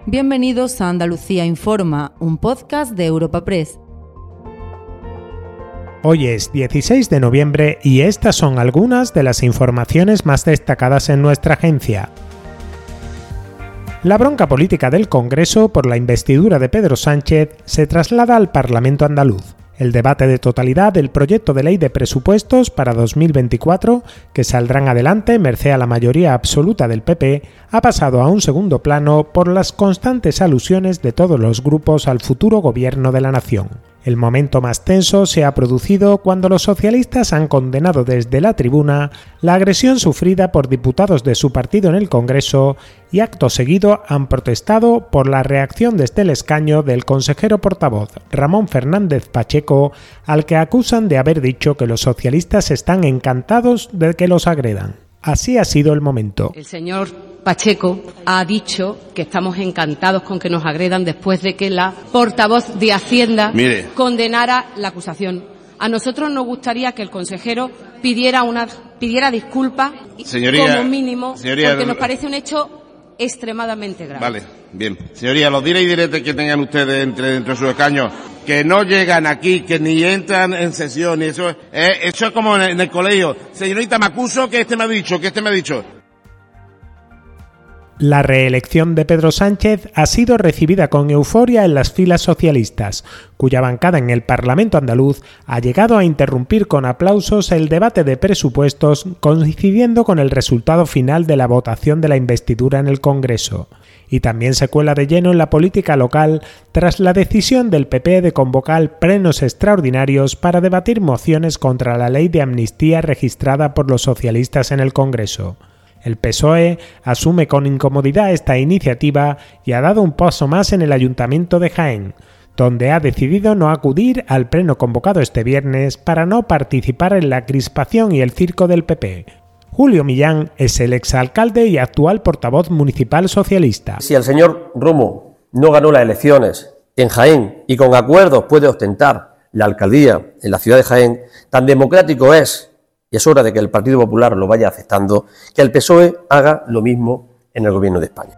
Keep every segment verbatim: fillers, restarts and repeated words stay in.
Bienvenidos a Andalucía Informa, un podcast de Europa Press. Hoy es dieciséis de noviembre y estas son algunas de las informaciones más destacadas en nuestra agencia. La bronca política del Congreso por la investidura de Pedro Sánchez se traslada al Parlamento andaluz. El debate de totalidad del proyecto de ley de presupuestos para dos mil veinticuatro, que saldrán adelante merced a la mayoría absoluta del P P, ha pasado a un segundo plano por las constantes alusiones de todos los grupos al futuro gobierno de la nación. El momento más tenso se ha producido cuando los socialistas han condenado desde la tribuna la agresión sufrida por diputados de su partido en el Congreso y acto seguido han protestado por la reacción desde el escaño del consejero portavoz Ramón Fernández Pacheco, al que acusan de haber dicho que los socialistas están encantados de que los agredan. Así ha sido el momento. El señor Pacheco ha dicho que estamos encantados con que nos agredan después de que la portavoz de Hacienda Mire. condenara la acusación. A nosotros nos gustaría que el consejero pidiera una pidiera disculpas señoría, como mínimo, señoría, porque nos parece un hecho extremadamente grave. Vale, bien. Señoría, los diretes y diretes que tengan ustedes entre, entre sus escaños, que no llegan aquí, que ni entran en sesión, y eso, eh, eso es como en el, en el colegio. Señorita, me acuso que este me ha dicho, que este me ha dicho. La reelección de Pedro Sánchez ha sido recibida con euforia en las filas socialistas, cuya bancada en el Parlamento andaluz ha llegado a interrumpir con aplausos el debate de presupuestos, coincidiendo con el resultado final de la votación de la investidura en el Congreso. Y también se cuela de lleno en la política local tras la decisión del P P de convocar plenos extraordinarios para debatir mociones contra la ley de amnistía registrada por los socialistas en el Congreso. El P S O E asume con incomodidad esta iniciativa y ha dado un paso más en el Ayuntamiento de Jaén, donde ha decidido no acudir al pleno convocado este viernes para no participar en la crispación y el circo del P P. Julio Millán es el exalcalde y actual portavoz municipal socialista. Si el señor Romo no ganó las elecciones en Jaén y con acuerdos puede ostentar la alcaldía en la ciudad de Jaén, tan democrático es, y es hora de que el Partido Popular lo vaya aceptando, que el P S O E haga lo mismo en el Gobierno de España.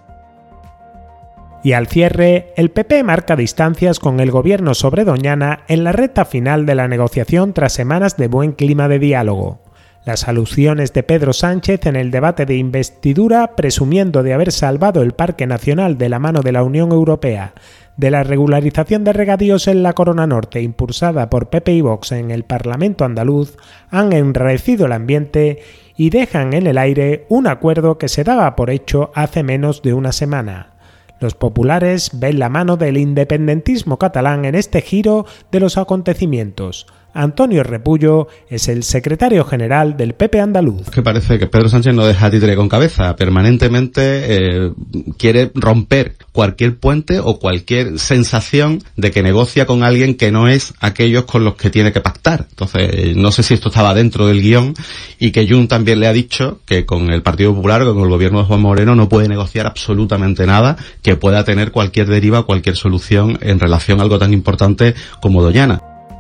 Y al cierre, el P P marca distancias con el Gobierno sobre Doñana en la recta final de la negociación tras semanas de buen clima de diálogo. Las alusiones de Pedro Sánchez en el debate de investidura, presumiendo de haber salvado el Parque Nacional de la mano de la Unión Europea, de la regularización de regadíos en la Corona Norte impulsada por P P y Vox en el Parlamento andaluz, han enrarecido el ambiente y dejan en el aire un acuerdo que se daba por hecho hace menos de una semana. Los populares ven la mano del independentismo catalán en este giro de los acontecimientos. Antonio Repullo es el secretario general del P P andaluz. Que parece que Pedro Sánchez no deja títere con cabeza, permanentemente eh, quiere romper cualquier puente o cualquier sensación de que negocia con alguien que no es aquellos con los que tiene que pactar. Entonces, no sé si esto estaba dentro del guión y que Jun también le ha dicho que con el Partido Popular, con el gobierno de Juan Moreno, no puede negociar absolutamente nada que pueda tener cualquier deriva, cualquier solución en relación a algo tan importante como Doñana.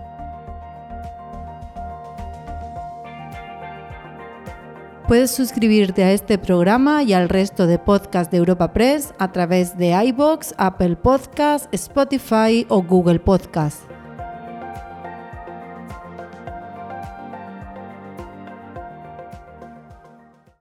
Puedes suscribirte a este programa y al resto de podcasts de Europa Press a través de iVoox, Apple Podcasts, Spotify o Google Podcasts.